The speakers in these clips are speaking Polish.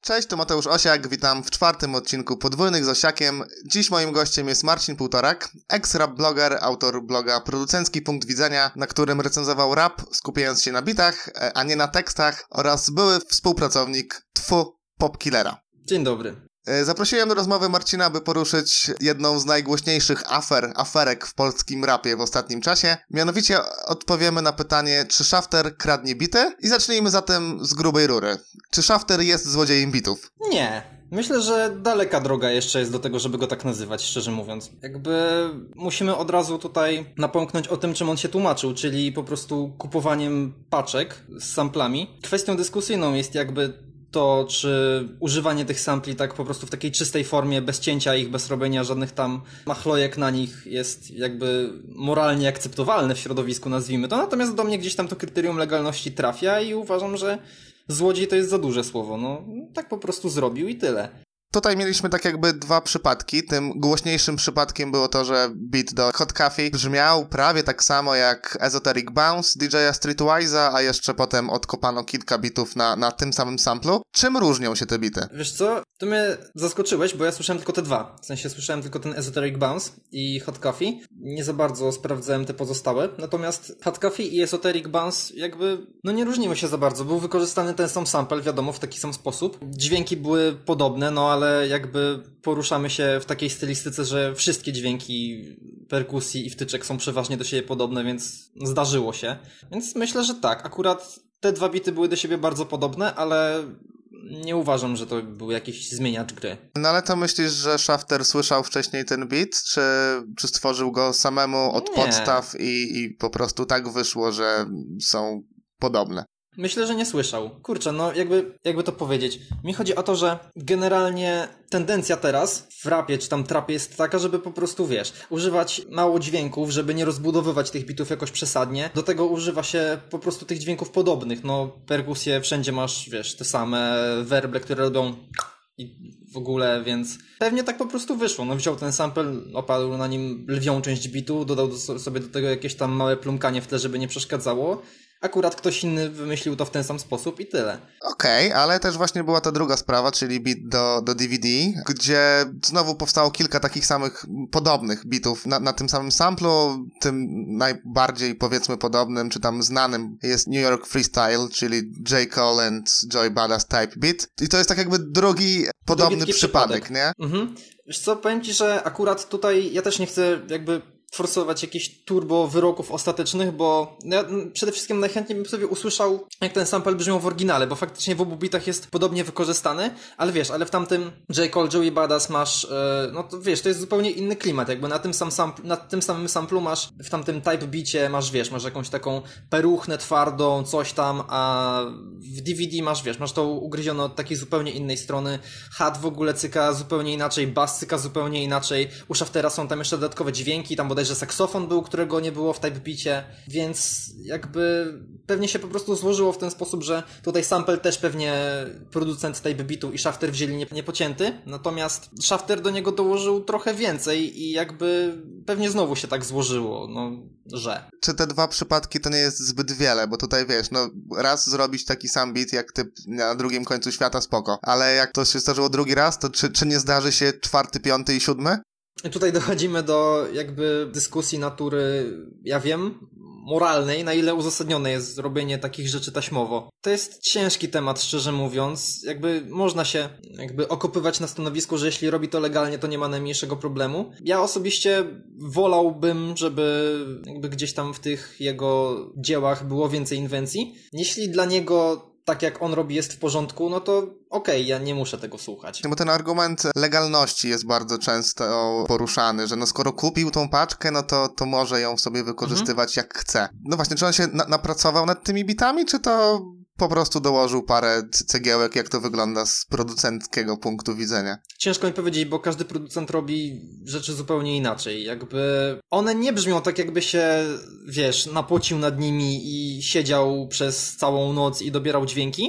Cześć, to Mateusz Osiak, witam w 4. odcinku Podwójnych z Osiakiem. Dziś moim gościem jest Marcin Półtorak, ex-rap bloger, autor bloga Producencki Punkt Widzenia, na którym recenzował rap, skupiając się na bitach, a nie na tekstach, oraz były współpracownik Popkillera. Dzień dobry. Zaprosiłem do rozmowy Marcina, by poruszyć jedną z najgłośniejszych aferek w polskim rapie w ostatnim czasie. Mianowicie odpowiemy na pytanie, czy Shafter kradnie bity? I zacznijmy zatem z grubej rury. Czy Shafter jest złodziejem bitów? Nie. Myślę, że daleka droga jeszcze jest do tego, żeby go tak nazywać, szczerze mówiąc. Musimy od razu tutaj napomknąć o tym, czym on się tłumaczył, czyli po prostu kupowaniem paczek z samplami. Kwestią dyskusyjną jest to, czy używanie tych sampli tak po prostu w takiej czystej formie, bez cięcia ich, bez robienia żadnych tam machlojek na nich jest moralnie akceptowalne w środowisku, nazwijmy to. Natomiast do mnie gdzieś tam to kryterium legalności trafia i uważam, że złodziej to jest za duże słowo. No, tak po prostu zrobił i tyle. Tutaj mieliśmy dwa przypadki. Tym głośniejszym przypadkiem było to, że beat do Hot Coffee brzmiał prawie tak samo jak Esoteric Bounce DJ-a Streetwise'a, a jeszcze potem odkopano kilka bitów na tym samym samplu. Czym różnią się te bity? Wiesz co? To mnie zaskoczyłeś, bo ja słyszałem tylko te dwa. W sensie słyszałem tylko ten Esoteric Bounce i Hot Coffee. Nie za bardzo sprawdzałem te pozostałe. Natomiast Hot Coffee i Esoteric Bounce nie różniły się za bardzo. Był wykorzystany ten sam sample, wiadomo, w taki sam sposób. Dźwięki były podobne, ale poruszamy się w takiej stylistyce, że wszystkie dźwięki perkusji i wtyczek są przeważnie do siebie podobne, więc zdarzyło się. Więc myślę, że tak. Akurat te dwa bity były do siebie bardzo podobne, ale nie uważam, że to był jakiś zmieniacz gry. No ale to myślisz, że Shafter słyszał wcześniej ten beat, czy stworzył go samemu od podstaw i po prostu tak wyszło, że są podobne? Myślę, że nie słyszał. Kurczę, jakby to powiedzieć. Mi chodzi o to, że generalnie tendencja teraz w rapie czy tam trapie jest taka, żeby po prostu, używać mało dźwięków, żeby nie rozbudowywać tych bitów jakoś przesadnie. Do tego używa się po prostu tych dźwięków podobnych. Perkusje wszędzie masz, te same werble, które robią i w ogóle, więc pewnie tak po prostu wyszło. Wziął ten sample, opadł na nim lwią część bitu, dodał sobie do tego jakieś tam małe plumkanie w tle, żeby nie przeszkadzało. Akurat ktoś inny wymyślił to w ten sam sposób i tyle. Okej, ale też właśnie była ta druga sprawa, czyli beat do DVD, gdzie znowu powstało kilka takich samych podobnych bitów na tym samym samplu. Tym najbardziej, powiedzmy, podobnym, czy tam znanym jest New York Freestyle, czyli J. Cole and Joey Badass type beat. I to jest tak drugi podobny przypadek, nie? Mhm. Wiesz co, powiem ci, że akurat tutaj ja też nie chcę forsować jakichś turbo wyroków ostatecznych, bo ja przede wszystkim najchętniej bym sobie usłyszał, jak ten sample brzmiał w oryginale, bo faktycznie w obu bitach jest podobnie wykorzystany, ale w tamtym J. Cole, Joey Badass masz, to jest zupełnie inny klimat, na tym samym samplu masz, w tamtym type bicie masz jakąś taką peruchnę twardą, coś tam, a w DVD masz to ugryzione od takiej zupełnie innej strony, hat w ogóle cyka zupełnie inaczej, bass cyka zupełnie inaczej, u Shaftera są tam jeszcze dodatkowe dźwięki, tam bodajże saksofon był, którego nie było w type beacie, więc pewnie się po prostu złożyło w ten sposób, że tutaj sample też pewnie producent type beatu i Shafter wzięli niepocięty, natomiast Shafter do niego dołożył trochę więcej i pewnie znowu się tak złożyło, że. Czy te dwa przypadki to nie jest zbyt wiele, bo tutaj raz zrobić taki sam beat jak typ na drugim końcu świata, spoko, ale jak to się zdarzyło drugi raz, to czy nie zdarzy się 4., 5. i 7? Tutaj dochodzimy do dyskusji natury, moralnej, na ile uzasadnione jest zrobienie takich rzeczy taśmowo. To jest ciężki temat, szczerze mówiąc. Można się okopywać na stanowisku, że jeśli robi to legalnie, to nie ma najmniejszego problemu. Ja osobiście wolałbym, żeby gdzieś tam w tych jego dziełach było więcej inwencji. Jeśli dla niego tak jak on robi jest w porządku, no to okej, ja nie muszę tego słuchać. Bo ten argument legalności jest bardzo często poruszany, że skoro kupił tą paczkę, to może ją sobie wykorzystywać jak chce. No właśnie, czy on się napracował nad tymi bitami, czy to po prostu dołożył parę cegiełek, jak to wygląda z producenckiego punktu widzenia? Ciężko mi powiedzieć, bo każdy producent robi rzeczy zupełnie inaczej. One nie brzmią tak, jakby się, napocił nad nimi i siedział przez całą noc i dobierał dźwięki,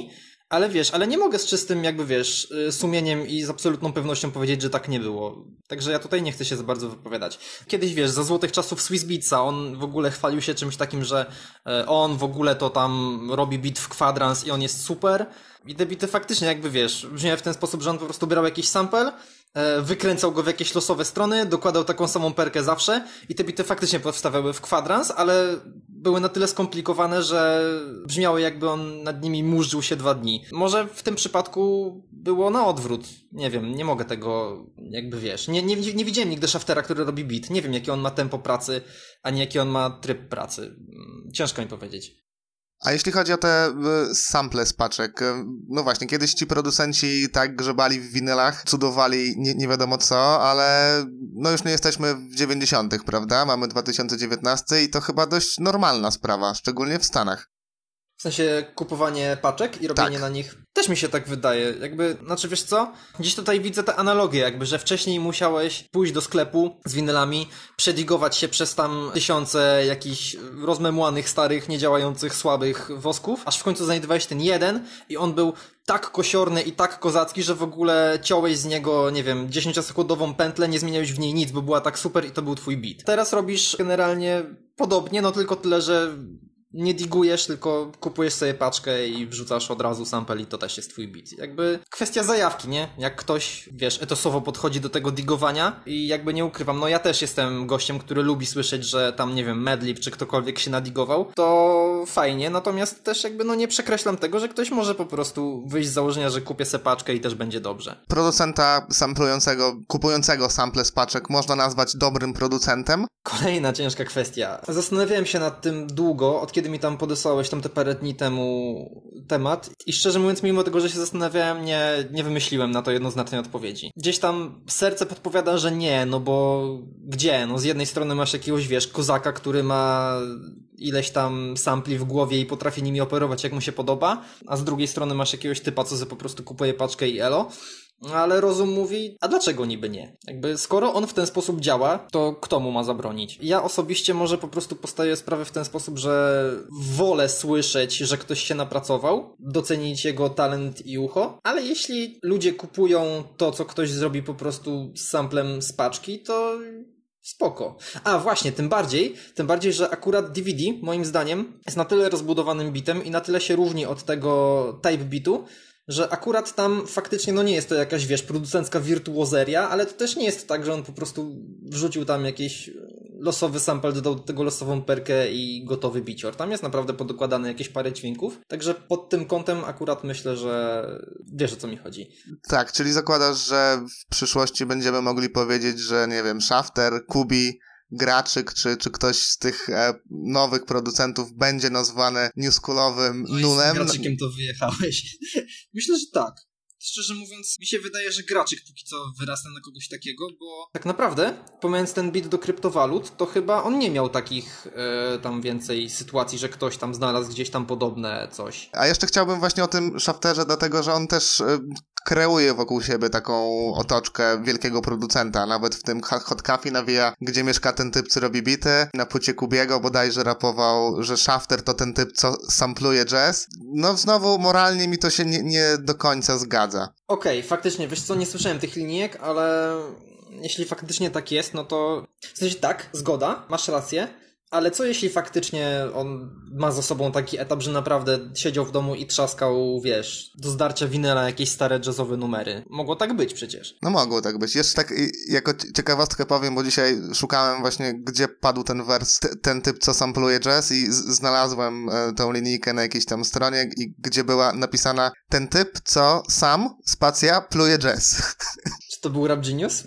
Ale wiesz, ale nie mogę z czystym jakby wiesz, sumieniem i z absolutną pewnością powiedzieć, że tak nie było. Także ja tutaj nie chcę się za bardzo wypowiadać. Kiedyś wiesz, za złotych czasów Swiss Beatsa on w ogóle chwalił się czymś takim, że on w ogóle to tam robi beat w kwadrans i on jest super. I te bity faktycznie jakby wiesz, brzmiały w ten sposób, że on po prostu brał jakiś sample, wykręcał go w jakieś losowe strony, dokładał taką samą perkę zawsze i te bity faktycznie powstawały w kwadrans, ale były na tyle skomplikowane, że brzmiały jakby on nad nimi murzył się 2 dni. Może w tym przypadku było na odwrót. Nie wiem, nie mogę tego jakby wiesz. Nie widziałem nigdy Shaftera, który robi beat. Nie wiem, jakie on ma tempo pracy, ani jaki on ma tryb pracy. Ciężko mi powiedzieć. A jeśli chodzi o te sample z paczek, no właśnie, kiedyś ci producenci tak grzebali w winylach, cudowali nie wiadomo co, ale no już nie jesteśmy w 90., prawda? Mamy 2019 i to chyba dość normalna sprawa, szczególnie w Stanach. W sensie kupowanie paczek i robienie na nich. Też mi się tak wydaje. Jakby, znaczy wiesz co? Gdzieś tutaj widzę tę analogię, jakby, że wcześniej musiałeś pójść do sklepu z winylami, przedigować się przez tam tysiące jakichś rozmemłanych, starych, niedziałających, słabych wosków, aż w końcu znajdowałeś ten jeden i on był tak kosiorny i tak kozacki, że w ogóle ciąłeś z niego, nie wiem, 10-sekundową pętlę, nie zmieniałeś w niej nic, bo była tak super i to był twój beat. Teraz robisz generalnie podobnie, no tylko tyle, że nie digujesz, tylko kupujesz sobie paczkę i wrzucasz od razu sample i to też jest twój beat. Jakby kwestia zajawki, nie? Jak ktoś, wiesz, etosowo podchodzi do tego digowania i jakby nie ukrywam, no ja też jestem gościem, który lubi słyszeć, że tam, nie wiem, Madlib czy ktokolwiek się nadigował, to fajnie, natomiast też jakby no nie przekreślam tego, że ktoś może po prostu wyjść z założenia, że kupię sobie paczkę i też będzie dobrze. Producenta samplującego, kupującego sample z paczek można nazwać dobrym producentem? Kolejna ciężka kwestia. Zastanawiałem się nad tym długo, od kiedy mi tam podesłałeś tam te parę dni temu temat i szczerze mówiąc, mimo tego, że się zastanawiałem, nie wymyśliłem na to jednoznacznej odpowiedzi. Gdzieś tam serce podpowiada, że nie, no bo gdzie? No z jednej strony masz jakiegoś, wiesz, kozaka, który ma ileś tam sampli w głowie i potrafi nimi operować jak mu się podoba, a z drugiej strony masz jakiegoś typa, co sobie po prostu kupuje paczkę i elo. Ale rozum mówi, a dlaczego niby nie? Jakby skoro on w ten sposób działa, to kto mu ma zabronić? Ja osobiście może po prostu postawię sprawę w ten sposób, że wolę słyszeć, że ktoś się napracował, docenić jego talent i ucho, ale jeśli ludzie kupują to, co ktoś zrobi po prostu z samplem z paczki, to spoko. A właśnie, tym bardziej, że akurat DVD, moim zdaniem, jest na tyle rozbudowanym bitem i na tyle się różni od tego type bitu, że akurat tam faktycznie, no nie jest to jakaś, wiesz, producencka wirtuozeria, ale to też nie jest tak, że on po prostu wrzucił tam jakiś losowy sample, dodał do tego losową perkę i gotowy bicior. Tam jest naprawdę podokładane jakieś parę dźwięków, także pod tym kątem akurat myślę, że wiesz, o co mi chodzi. Tak, czyli zakładasz, że w przyszłości będziemy mogli powiedzieć, że nie wiem, Shafter, Kubi, Graczyk, czy ktoś z tych nowych producentów będzie nazwany newschoolowym nunem. Z Graczykiem to wyjechałeś. Myślę, że tak. Szczerze mówiąc, mi się wydaje, że Graczyk póki co wyrasta na kogoś takiego, bo tak naprawdę, pomijając ten bit do kryptowalut, to chyba on nie miał takich tam więcej sytuacji, że ktoś tam znalazł gdzieś tam podobne coś. A jeszcze chciałbym właśnie o tym Shafterze, dlatego że on też kreuje wokół siebie taką otoczkę wielkiego producenta. Nawet w tym Hot Coffee nawija, gdzie mieszka ten typ, co robi bity. Na płycie Kubiego bodajże rapował, że Shafter to ten typ, co sampluje jazz. No znowu moralnie mi to się nie do końca zgadza. Okej, faktycznie, wiesz co, nie słyszałem tych linijek, ale jeśli faktycznie tak jest, no to w sensie tak, zgoda, masz rację, ale co jeśli faktycznie on ma za sobą taki etap, że naprawdę siedział w domu i trzaskał, wiesz, do zdarcia winyla jakieś stare jazzowe numery? Mogło tak być przecież. No mogło tak być. Jeszcze tak jako ciekawostkę powiem, bo dzisiaj szukałem właśnie, gdzie padł ten wers, ten typ, co sampluje jazz i znalazłem tą linijkę na jakiejś tam stronie, gdzie była napisana ten typ, co sam, spacja, pluje jazz. Czy to był Rap Genius?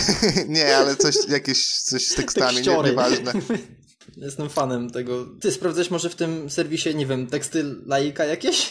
Nie, ale coś z tekstami, nieważne. Jestem fanem tego. Ty sprawdzałeś może w tym serwisie, nie wiem, teksty laika jakieś?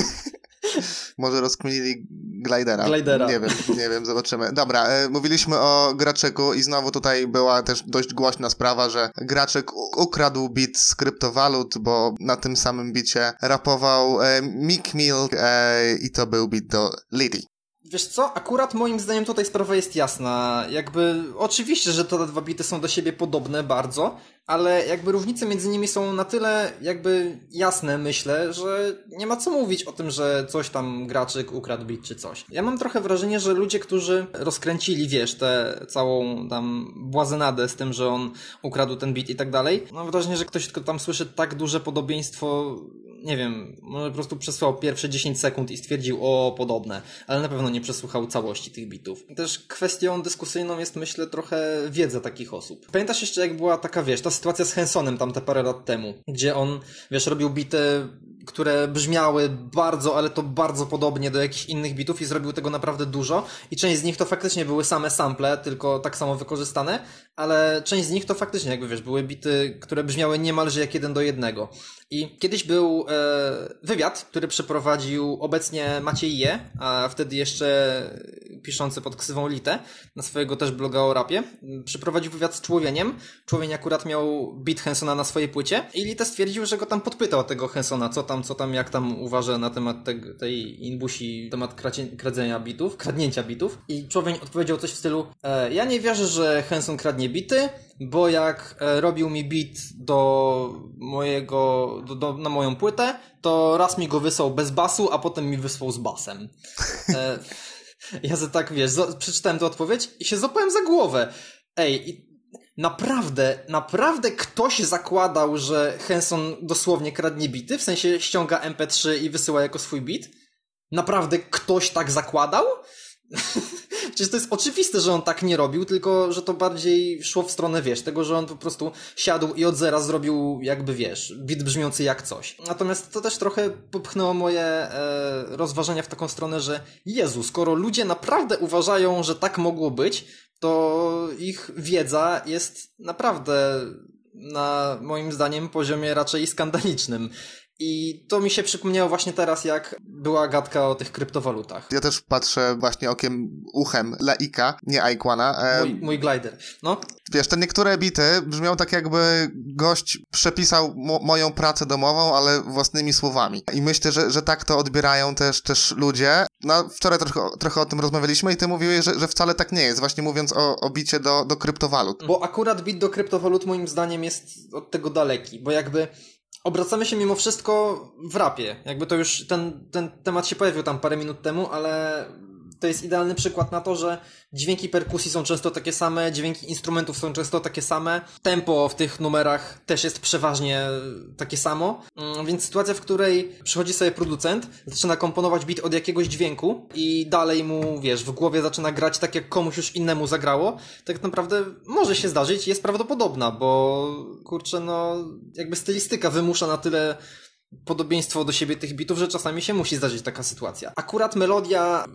Może rozkminili Glidera. Nie wiem, zobaczymy. Dobra, mówiliśmy o Graczyku i znowu tutaj była też dość głośna sprawa, że Graczyk ukradł beat z kryptowalut, bo na tym samym bicie rapował Meek Mill i to był beat do Liddy. Wiesz co, akurat moim zdaniem tutaj sprawa jest jasna. Jakby, oczywiście, że te dwa bity są do siebie podobne bardzo, ale jakby różnice między nimi są na tyle jakby jasne, myślę, że nie ma co mówić o tym, że coś tam graczyk ukradł bit czy coś. Ja mam trochę wrażenie, że ludzie, którzy rozkręcili, wiesz, tę całą tam błazenadę z tym, że on ukradł ten bit i tak dalej, mam wrażenie, że ktoś tylko tam słyszy tak duże podobieństwo, nie wiem, może po prostu przesłuchał pierwsze 10 sekund i stwierdził, o, podobne, ale na pewno nie przesłuchał całości tych bitów. Też kwestią dyskusyjną jest, myślę, trochę wiedza takich osób. Pamiętasz jeszcze, jak była taka, wiesz, ta sytuacja z Hensonem tam te parę lat temu, gdzie on, wiesz, robił bity, które brzmiały bardzo, ale to bardzo podobnie do jakichś innych bitów i zrobił tego naprawdę dużo i część z nich to faktycznie były same sample, tylko tak samo wykorzystane, ale część z nich to faktycznie, jakby wiesz, były bity, które brzmiały niemalże jak 1:1. I kiedyś był wywiad, który przeprowadził obecnie Maciej Je, a wtedy jeszcze piszący pod ksywą Litę, na swojego też bloga o rapie. Przeprowadził wywiad z Człowieniem. Człowień akurat miał beat Hensona na swojej płycie i Litę stwierdził, że go tam podpytał tego Hensona, co tam, jak tam uważa na temat tej inbusi, temat kradnięcia bitów. I Człowień odpowiedział coś w stylu, ja nie wierzę, że Henson kradnie bity, bo jak robił mi beat na moją płytę, to raz mi go wysłał bez basu, a potem mi wysłał z basem. Ja sobie tak, wiesz, przeczytałem tę odpowiedź i się złapałem za głowę. Ej, naprawdę ktoś zakładał, że Henson dosłownie kradnie bity, w sensie ściąga MP3 i wysyła jako swój beat? Naprawdę ktoś tak zakładał? Przecież to jest oczywiste, że on tak nie robił, tylko że to bardziej szło w stronę, wiesz, tego, że on po prostu siadł i od zera zrobił jakby, wiesz, beat brzmiący jak coś. Natomiast to też trochę popchnęło moje rozważania w taką stronę, że Jezu, skoro ludzie naprawdę uważają, że tak mogło być, to ich wiedza jest naprawdę na moim zdaniem poziomie raczej skandalicznym. I to mi się przypomniało właśnie teraz, jak była gadka o tych kryptowalutach. Ja też patrzę właśnie uchem laika, nie Aikwana. Mój glider, no. Wiesz, te niektóre bity brzmią tak, jakby gość przepisał moją pracę domową, ale własnymi słowami. I myślę, że tak to odbierają też ludzie. No, wczoraj trochę o tym rozmawialiśmy i ty mówiłeś, że wcale tak nie jest, właśnie mówiąc o bicie do kryptowalut. Bo akurat bit do kryptowalut moim zdaniem jest od tego daleki, bo jakby obracamy się mimo wszystko w rapie. Jakby to już ten temat się pojawił tam parę minut temu, ale to jest idealny przykład na to, że dźwięki perkusji są często takie same, dźwięki instrumentów są często takie same, tempo w tych numerach też jest przeważnie takie samo, więc sytuacja, w której przychodzi sobie producent, zaczyna komponować beat od jakiegoś dźwięku i dalej mu, wiesz, w głowie zaczyna grać tak, jak komuś już innemu zagrało, tak naprawdę może się zdarzyć, jest prawdopodobna, bo kurczę, no jakby stylistyka wymusza na tyle podobieństwo do siebie tych bitów, że czasami się musi zdarzyć taka sytuacja. Akurat melodia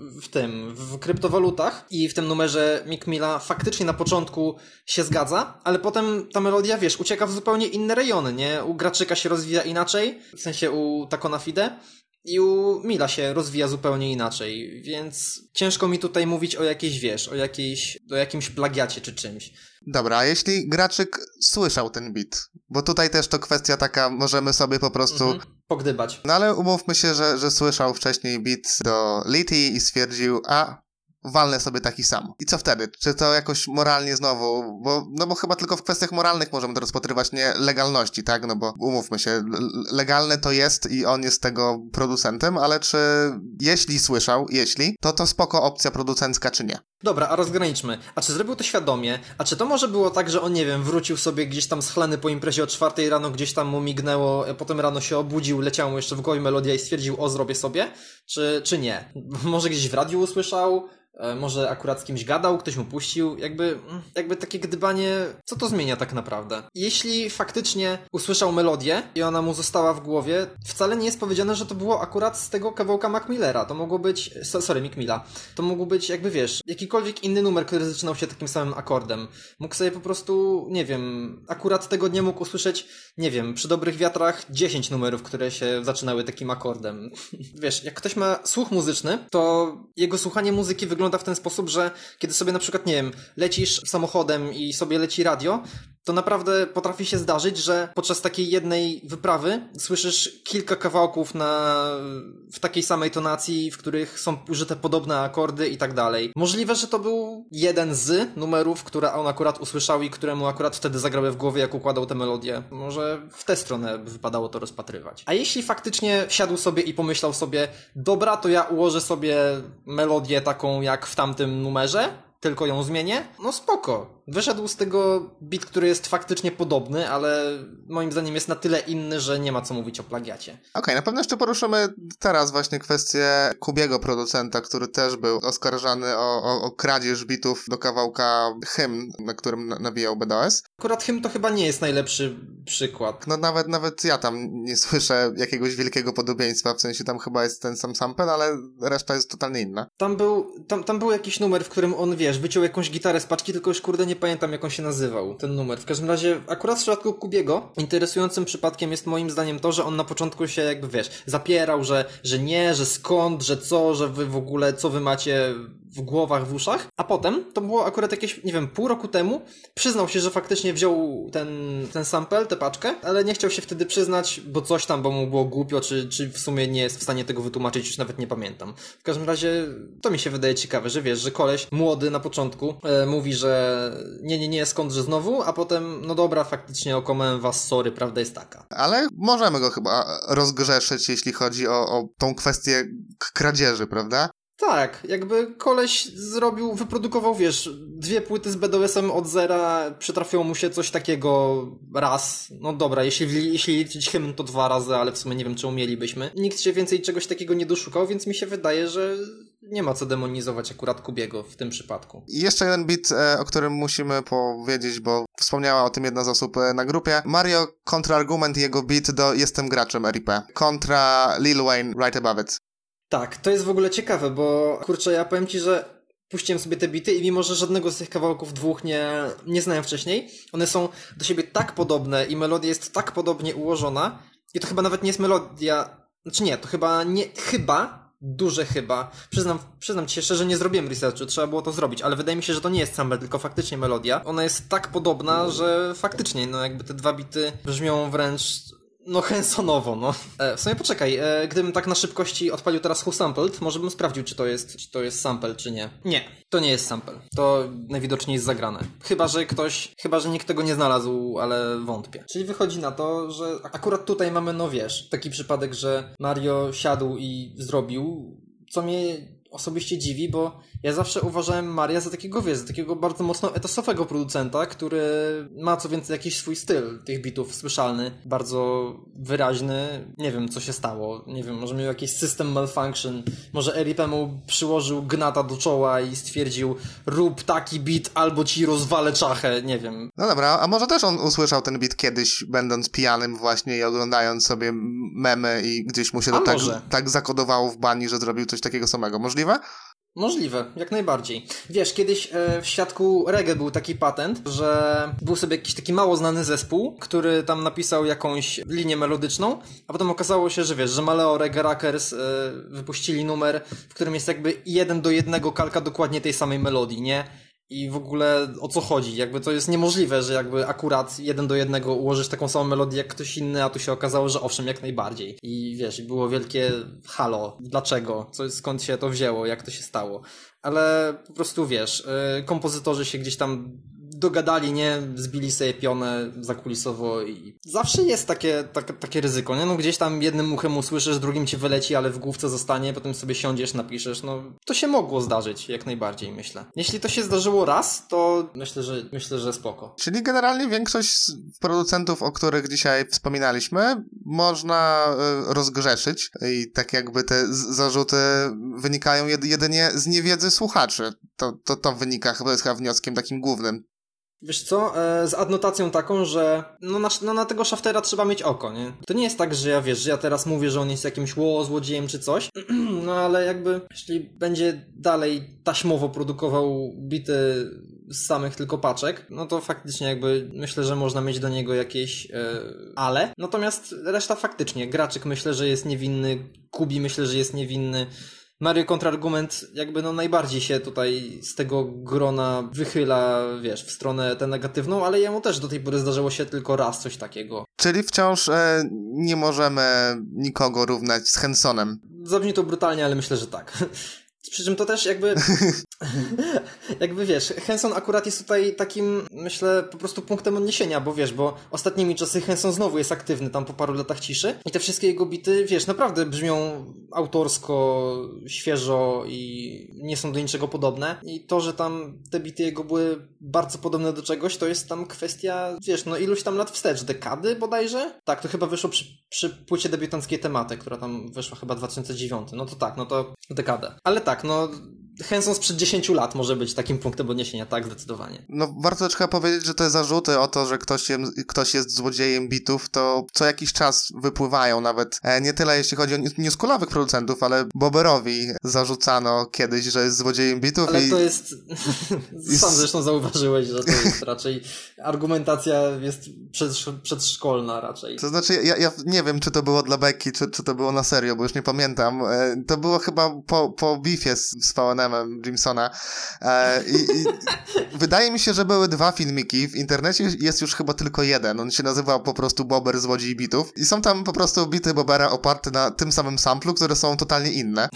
w kryptowalutach i w tym numerze Meek Milla faktycznie na początku się zgadza, ale potem ta melodia, wiesz, ucieka w zupełnie inne rejony, nie? U Graczyka się rozwija inaczej, w sensie u Takona Fide, i u Milla się rozwija zupełnie inaczej, więc ciężko mi tutaj mówić o jakiejś, wiesz, o jakimś plagiacie czy czymś. Dobra, a jeśli Graczyk słyszał ten beat? Bo tutaj też to kwestia taka, możemy sobie po prostu pogdybać. No ale umówmy się, że słyszał wcześniej beat do Litty i stwierdził, walnę sobie taki sam. I co wtedy? Czy to jakoś moralnie znowu, bo chyba tylko w kwestiach moralnych możemy to rozpatrywać, nie legalności, tak? No bo umówmy się, legalne to jest i on jest tego producentem, ale czy jeśli słyszał, to spoko opcja producencka, czy nie? Dobra, a rozgraniczmy. A czy zrobił to świadomie? A czy to może było tak, że on, nie wiem, wrócił sobie gdzieś tam schlany po imprezie o 4 rano, gdzieś tam mu mignęło, potem rano się obudził, leciała mu jeszcze w głowie melodia i stwierdził, o, zrobię sobie? Czy nie? Może gdzieś w radiu usłyszał? Może akurat z kimś gadał, ktoś mu puścił, jakby takie gdybanie, co to zmienia tak naprawdę? Jeśli faktycznie usłyszał melodię i ona mu została w głowie, wcale nie jest powiedziane, że to było akurat z tego kawałka Mac Millera, to mogło być, Meek Milla, to mógł być jakby, wiesz, jakikolwiek inny numer, który zaczynał się takim samym akordem. Mógł sobie po prostu, nie wiem, akurat tego dnia mógł usłyszeć, nie wiem, przy dobrych wiatrach 10 numerów, które się zaczynały takim akordem. Wiesz, jak ktoś ma słuch muzyczny, to jego słuchanie muzyki wygląda w ten sposób, że kiedy sobie na przykład, nie wiem, lecisz samochodem i sobie leci radio, to naprawdę potrafi się zdarzyć, że podczas takiej jednej wyprawy słyszysz kilka kawałków w takiej samej tonacji, w których są użyte podobne akordy i tak dalej. Możliwe, że to był jeden z numerów, które on akurat usłyszał i któremu akurat wtedy zagrały w głowie, jak układał tę melodię. Może w tę stronę by wypadało to rozpatrywać. A jeśli faktycznie wsiadł sobie i pomyślał sobie, dobra, to ja ułożę sobie melodię taką jak w tamtym numerze, tylko ją zmienię, no spoko. Wyszedł z tego beat, który jest faktycznie podobny, ale moim zdaniem jest na tyle inny, że nie ma co mówić o plagiacie. Okej, na pewno jeszcze poruszymy teraz właśnie kwestię Kubiego, producenta, który też był oskarżany o kradzież bitów do kawałka Hymn, na którym nawijał BDOS. Akurat Hymn to chyba nie jest najlepszy przykład. No nawet ja tam nie słyszę jakiegoś wielkiego podobieństwa, w sensie tam chyba jest ten sam sample, ale reszta jest totalnie inna. Tam był jakiś numer, w którym on, wiesz, wyciął jakąś gitarę z paczki, tylko już kurde nie pamiętam, jak on się nazywał, ten numer. W każdym razie, akurat w przypadku Kubiego, interesującym przypadkiem jest moim zdaniem to, że on na początku się jakby, wiesz, zapierał, że nie, że skąd, że co, że wy w ogóle, co wy macie w głowach, w uszach, a potem, to było akurat jakieś, nie wiem, pół roku temu, przyznał się, że faktycznie wziął ten sample, tę paczkę, ale nie chciał się wtedy przyznać, bo coś tam, bo mu było głupio, czy w sumie nie jest w stanie tego wytłumaczyć, już nawet nie pamiętam. W każdym razie, to mi się wydaje ciekawe, że wiesz, że koleś młody na początku mówi, że nie, skądże znowu, a potem, no dobra, faktycznie okomałem was, sorry, prawda jest taka. Ale możemy go chyba rozgrzeszyć, jeśli chodzi o tą kwestię kradzieży, prawda? Tak, jakby koleś wyprodukował, wiesz, 2 płyty z BDOS-em od zera, przytrafiło mu się coś takiego raz, no dobra, jeśli liczyć Hymn to 2 razy, ale w sumie nie wiem, czy umielibyśmy. Nikt się więcej czegoś takiego nie doszukał, więc mi się wydaje, że nie ma co demonizować akurat Kubiego w tym przypadku. I jeszcze jeden beat, o którym musimy powiedzieć, bo wspomniała o tym jedna z osób na grupie. Mario kontrargument i jego beat do Jestem graczem RIP. Kontra Lil Wayne Right Above It. Tak, to jest w ogóle ciekawe, bo kurczę, ja powiem ci, że puściłem sobie te bity i mimo, że żadnego z tych kawałków dwóch nie znałem wcześniej, one są do siebie tak podobne i melodia jest tak podobnie ułożona i to chyba nawet nie jest melodia, znaczy nie, to chyba nie, duże chyba. Przyznam ci się szczerze, nie zrobiłem researchu, trzeba było to zrobić, ale wydaje mi się, że to nie jest sample, tylko faktycznie melodia. Ona jest tak podobna, że faktycznie, no jakby te 2 bity brzmią wręcz no Hansonowo, no. W sumie poczekaj, gdybym tak na szybkości odpalił teraz Who Sampled, może bym sprawdził, czy to jest sample, czy nie. Nie, to nie jest sample. To najwidoczniej jest zagrane. Chyba, że nikt tego nie znalazł, ale wątpię. Czyli wychodzi na to, że akurat tutaj mamy, no wiesz, taki przypadek, że Mario siadł i zrobił, co mnie osobiście dziwi, bo ja zawsze uważałem Maria za takiego bardzo mocno etosowego producenta, który ma co więcej jakiś swój styl tych bitów słyszalny, bardzo wyraźny. Nie wiem, co się stało. Nie wiem, może miał jakiś system malfunction. Może Eripe mu przyłożył gnata do czoła i stwierdził, rób taki bit albo ci rozwalę czachę. Nie wiem. No dobra, a może też on usłyszał ten bit kiedyś, będąc pijanym właśnie i oglądając sobie memy i gdzieś mu się to tak zakodowało w bani, że zrobił coś takiego samego. Możliwe? Możliwe, jak najbardziej. Wiesz, kiedyś w świadku reggae był taki patent, że był sobie jakiś taki mało znany zespół, który tam napisał jakąś linię melodyczną, a potem okazało się, że wiesz, że Maleo Reggae Rockers wypuścili numer, w którym jest jakby 1 do 1 kalka dokładnie tej samej melodii, nie? I w ogóle o co chodzi? Jakby to jest niemożliwe, że jakby akurat 1 do 1 ułożysz taką samą melodię jak ktoś inny, a tu się okazało, że owszem, jak najbardziej. I wiesz, było wielkie halo. Dlaczego? Skąd się to wzięło? Jak to się stało? Ale po prostu wiesz, kompozytorzy się gdzieś tam dogadali, nie? Zbili sobie pionę zakulisowo i zawsze jest takie ryzyko, nie? No gdzieś tam jednym uchem usłyszysz, drugim ci wyleci, ale w główce zostanie, potem sobie siądziesz, napiszesz, no to się mogło zdarzyć, jak najbardziej, myślę. Jeśli to się zdarzyło raz, to myślę, że spoko. Czyli generalnie większość producentów, o których dzisiaj wspominaliśmy, można rozgrzeszyć i tak jakby te zarzuty wynikają jedynie z niewiedzy słuchaczy. To wynika chyba wnioskiem takim głównym. Wiesz co, z adnotacją taką, że na tego Shaftera trzeba mieć oko, nie? To nie jest tak, że ja teraz mówię, że on jest jakimś złodziejem czy coś, no ale jakby jeśli będzie dalej taśmowo produkował bity z samych tylko paczek, no to faktycznie jakby myślę, że można mieć do niego jakieś ale. Natomiast reszta faktycznie, Graczyk myślę, że jest niewinny, Kubi myślę, że jest niewinny. Mario kontrargument jakby no najbardziej się tutaj z tego grona wychyla, wiesz, w stronę tę negatywną, ale jemu też do tej pory zdarzyło się tylko raz coś takiego. Czyli wciąż nie możemy nikogo równać z Hensonem. Zabrzmi to brutalnie, ale myślę, że tak. Przy czym to też jakby jakby wiesz, Henson akurat jest tutaj takim, myślę, po prostu punktem odniesienia, bo wiesz, bo ostatnimi czasy Henson znowu jest aktywny tam po paru latach ciszy i te wszystkie jego bity, wiesz, naprawdę brzmią autorsko, świeżo i nie są do niczego podobne i to, że tam te bity jego były bardzo podobne do czegoś, to jest tam kwestia, wiesz, no iluś tam lat wstecz, dekady bodajże? Tak, to chyba wyszło przy płycie debiutanckiej Tematy, która tam wyszła chyba 2009, no to tak, no to dekadę. Ale tak, no Henson sprzed 10 lat może być takim punktem odniesienia, tak, zdecydowanie. No warto też chyba powiedzieć, że te zarzuty o to, że ktoś jest złodziejem bitów, to co jakiś czas wypływają nawet. Nie tyle jeśli chodzi o newschoolowych producentów, ale Bobberowi zarzucano kiedyś, że jest złodziejem bitów. Ale to jest... Sam zresztą zauważyłeś, że to jest raczej... Argumentacja jest przedszkolna raczej. To znaczy, ja nie wiem, czy to było dla beki, czy to było na serio, bo już nie pamiętam. To było chyba po beefie z V&M Jimsona. I wydaje mi się, że były 2 filmiki. W internecie jest już chyba tylko jeden. On się nazywa po prostu Bobber Złodziej Bitów. I są tam po prostu bity Bobbera oparte na tym samym samplu, które są totalnie inne.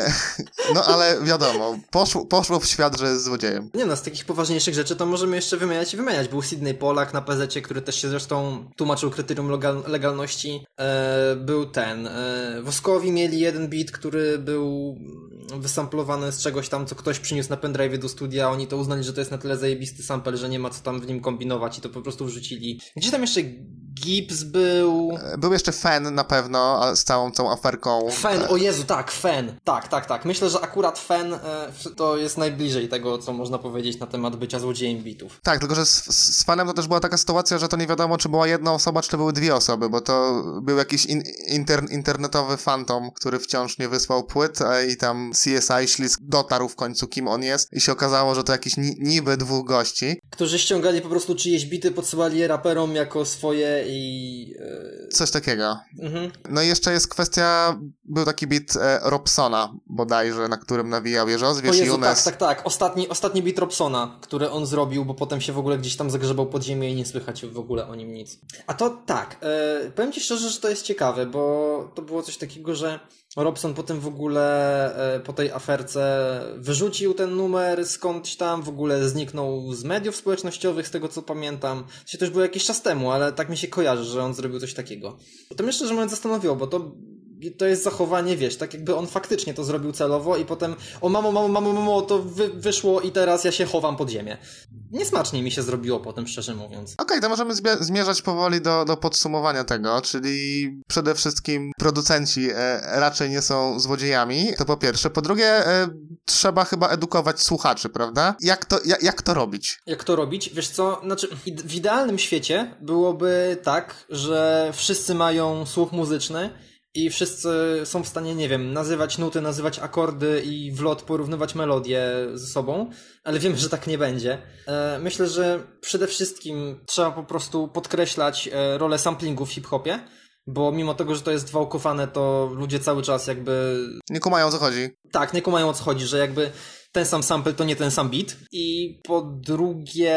No ale wiadomo, poszło w świat, że jest złodziejem. Nie no, z takich poważniejszych rzeczy to możemy jeszcze wymieniać i wymieniać. Był Sydney Pollack na PZ-cie, który też się zresztą tłumaczył kryterium legalności. Był ten. Woskowi mieli jeden beat, który był wysamplowany z czegoś tam, co ktoś przyniósł na pendrive do studia, oni to uznali, że to jest na tyle zajebisty sample, że nie ma co tam w nim kombinować i to po prostu wrzucili. Gdzie tam jeszcze Gibbs był? Był jeszcze Fen na pewno, z całą tą aferką. Fen, o Jezu, tak, Fen. Tak. Myślę, że akurat Fen to jest najbliżej tego, co można powiedzieć na temat bycia złodziejem bitów. Tak, tylko że z Fenem to też była taka sytuacja, że to nie wiadomo, czy była jedna osoba, czy to były 2 osoby, bo to był jakiś internetowy fantom, który wciąż nie wysłał płyt i tam CSI Ślizg dotarł w końcu, kim on jest i się okazało, że to jakiś niby 2 gości. Którzy ściągali po prostu czyjeś bity, podsyłali je raperom jako swoje i... Coś takiego. Mhm. No i jeszcze jest kwestia, był taki beat Robsona bodajże, na którym nawijał Jerzos, wiesz, Jezu, Younes. Tak. Ostatni beat Robsona, który on zrobił, bo potem się w ogóle gdzieś tam zagrzebał pod ziemię i nie słychać w ogóle o nim nic. A to tak, powiem ci szczerze, że to jest ciekawe, bo to było coś takiego, że Robson potem w ogóle po tej aferce wyrzucił ten numer skądś tam, w ogóle zniknął z mediów społecznościowych, z tego co pamiętam. To już było jakiś czas temu, ale tak mi się kojarzy, że on zrobił coś takiego. To mnie szczerze mówiąc zastanowiło, bo to jest zachowanie, wiesz, tak jakby on faktycznie to zrobił celowo i potem o mamo, to wyszło i teraz ja się chowam pod ziemię. Niesmacznie mi się zrobiło potem, szczerze mówiąc. Okej, to możemy zmierzać powoli do podsumowania tego, czyli przede wszystkim producenci raczej nie są złodziejami, to po pierwsze. Po drugie, trzeba chyba edukować słuchaczy, prawda? Jak to robić? Jak to robić? Wiesz co, znaczy w idealnym świecie byłoby tak, że wszyscy mają słuch muzyczny i wszyscy są w stanie, nie wiem, nazywać nuty, nazywać akordy i w lot porównywać melodie ze sobą, ale wiemy, że tak nie będzie. Myślę, że przede wszystkim trzeba po prostu podkreślać rolę samplingu w hip-hopie, bo mimo tego, że to jest wałkowane, to ludzie cały czas jakby... Nie kumają o co chodzi. Tak, nie kumają o co chodzi, że jakby ten sam sample to nie ten sam beat. I po drugie...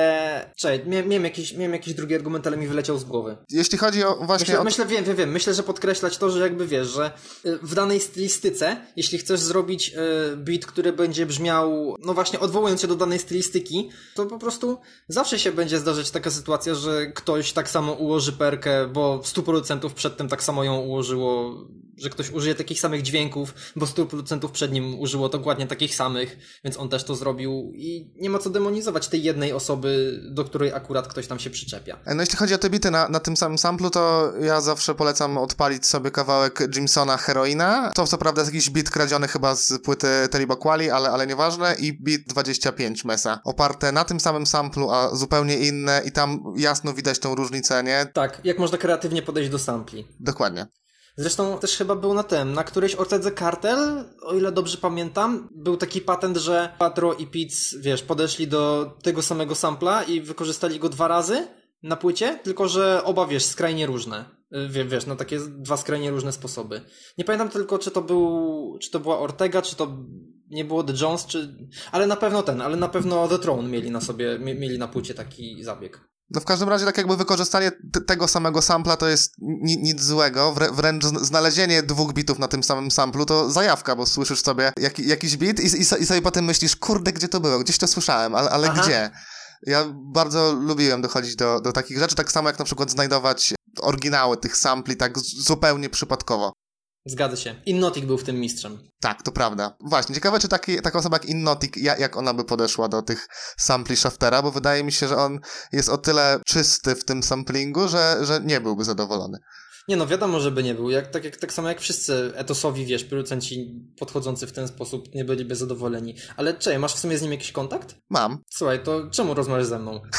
Miałem jakiś drugi argument, ale mi wyleciał z głowy. Jeśli chodzi o właśnie... Wiem. Myślę, że podkreślać to, że jakby wiesz, że w danej stylistyce, jeśli chcesz zrobić beat, który będzie brzmiał, no właśnie odwołując się do danej stylistyki, to po prostu zawsze się będzie zdarzać taka sytuacja, że ktoś tak samo ułoży perkę, bo 100% przedtem tak samo ją ułożyło, że ktoś użyje takich samych dźwięków, bo 100% przed nim użyło dokładnie takich samych, więc on też to zrobił i nie ma co demonizować tej jednej osoby, do której akurat ktoś tam się przyczepia. No jeśli chodzi o te bity na tym samym samplu, to ja zawsze polecam odpalić sobie kawałek Jimsona Heroina. To co prawda jest jakiś beat kradziony chyba z płyty Taliba Kweli, ale nieważne, i beat 25 Mesa. Oparte na tym samym samplu, a zupełnie inne i tam jasno widać tą różnicę, nie? Tak, jak można kreatywnie podejść do sampli. Dokładnie. Zresztą też chyba był na którejś Ortedze Cartel, o ile dobrze pamiętam, był taki patent, że Patro i Pitts, wiesz, podeszli do tego samego sampla i wykorzystali go 2 razy na płycie, tylko że oba, wiesz, skrajnie różne. Wiesz, na takie dwa skrajnie różne sposoby. Nie pamiętam tylko, czy to była Ortega, czy to nie było The Jones, ale na pewno The Throne mieli na płycie taki zabieg. No w każdym razie tak jakby wykorzystanie tego samego sampla to jest nic złego, wręcz znalezienie 2 bitów na tym samym samplu to zajawka, bo słyszysz sobie jakiś bit i sobie potem myślisz, kurde, gdzie to było, gdzieś to słyszałem, ale gdzie? Ja bardzo lubiłem dochodzić do takich rzeczy, tak samo jak na przykład znajdować oryginały tych sampli tak zupełnie przypadkowo. Zgadza się. Innotik był w tym mistrzem. Tak, to prawda. Właśnie, ciekawe, czy taka osoba jak Innotik, jak ona by podeszła do tych sampli Shaftera, bo wydaje mi się, że on jest o tyle czysty w tym samplingu, że nie byłby zadowolony. Nie no, wiadomo, żeby nie był. Tak samo jak wszyscy etosowi, wiesz, producenci podchodzący w ten sposób nie byliby zadowoleni. Ale czekaj, masz w sumie z nim jakiś kontakt? Mam. Słuchaj, to czemu rozmawiasz ze mną?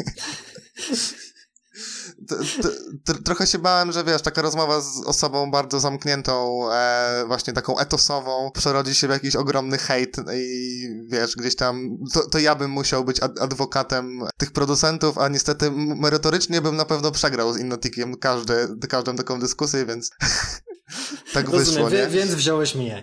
Trochę się bałem, że wiesz, taka rozmowa z osobą bardzo zamkniętą, właśnie taką etosową, przerodzi się w jakiś ogromny hejt i wiesz, gdzieś tam to ja bym musiał być adwokatem tych producentów, a niestety merytorycznie bym na pewno przegrał z Innotikiem każdą taką dyskusję, więc tak wyszło, nie? Więc wziąłeś mnie.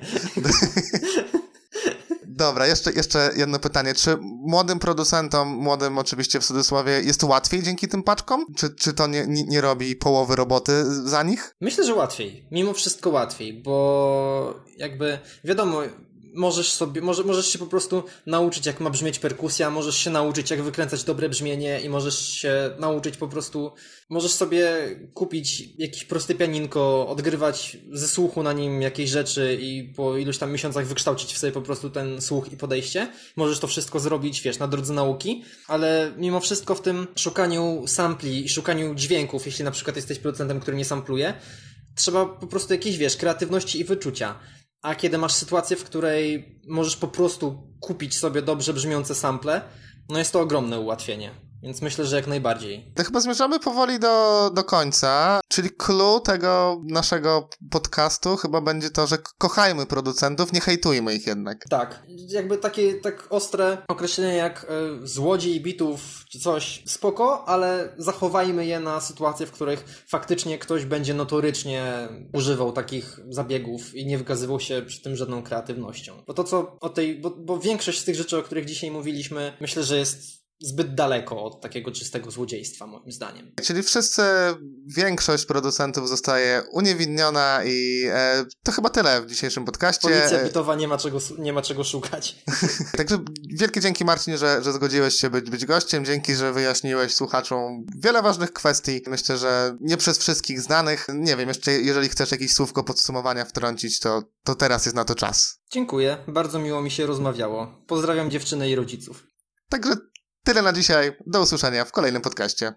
Dobra, jeszcze jedno pytanie. Czy młodym producentom, młodym oczywiście w cudzysłowie, jest łatwiej dzięki tym paczkom? Czy to nie robi połowy roboty za nich? Myślę, że łatwiej. Mimo wszystko łatwiej, bo jakby wiadomo, możesz się po prostu nauczyć, jak ma brzmieć perkusja, możesz się nauczyć, jak wykręcać dobre brzmienie i możesz się nauczyć możesz sobie kupić jakieś proste pianinko, odgrywać ze słuchu na nim jakieś rzeczy i po iluś tam miesiącach wykształcić w sobie po prostu ten słuch i podejście. Możesz to wszystko zrobić, wiesz, na drodze nauki, ale mimo wszystko w tym szukaniu sampli i szukaniu dźwięków, jeśli na przykład jesteś producentem, który nie sampluje, trzeba po prostu jakiejś, wiesz, kreatywności i wyczucia. A kiedy masz sytuację, w której możesz po prostu kupić sobie dobrze brzmiące sample, no jest to ogromne ułatwienie. Więc myślę, że jak najbardziej. To chyba zmierzamy powoli do końca, czyli clue tego naszego podcastu chyba będzie to, że kochajmy producentów, nie hejtujmy ich jednak. Tak, jakby takie tak ostre określenie jak złodziej bitów czy coś spoko, ale zachowajmy je na sytuacje, w których faktycznie ktoś będzie notorycznie używał takich zabiegów i nie wykazywał się przy tym żadną kreatywnością. Bo większość z tych rzeczy, o których dzisiaj mówiliśmy, myślę, że jest zbyt daleko od takiego czystego złodziejstwa, moim zdaniem. Czyli większość producentów zostaje uniewinniona i to chyba tyle w dzisiejszym podcaście. Policja bitowa nie ma czego szukać. Także wielkie dzięki, Marcin, że zgodziłeś się być gościem. Dzięki, że wyjaśniłeś słuchaczom wiele ważnych kwestii. Myślę, że nie przez wszystkich znanych. Nie wiem, jeszcze jeżeli chcesz jakieś słówko podsumowania wtrącić, to teraz jest na to czas. Dziękuję, bardzo miło mi się rozmawiało. Pozdrawiam dziewczynę i rodziców. Także tyle na dzisiaj. Do usłyszenia w kolejnym podcaście.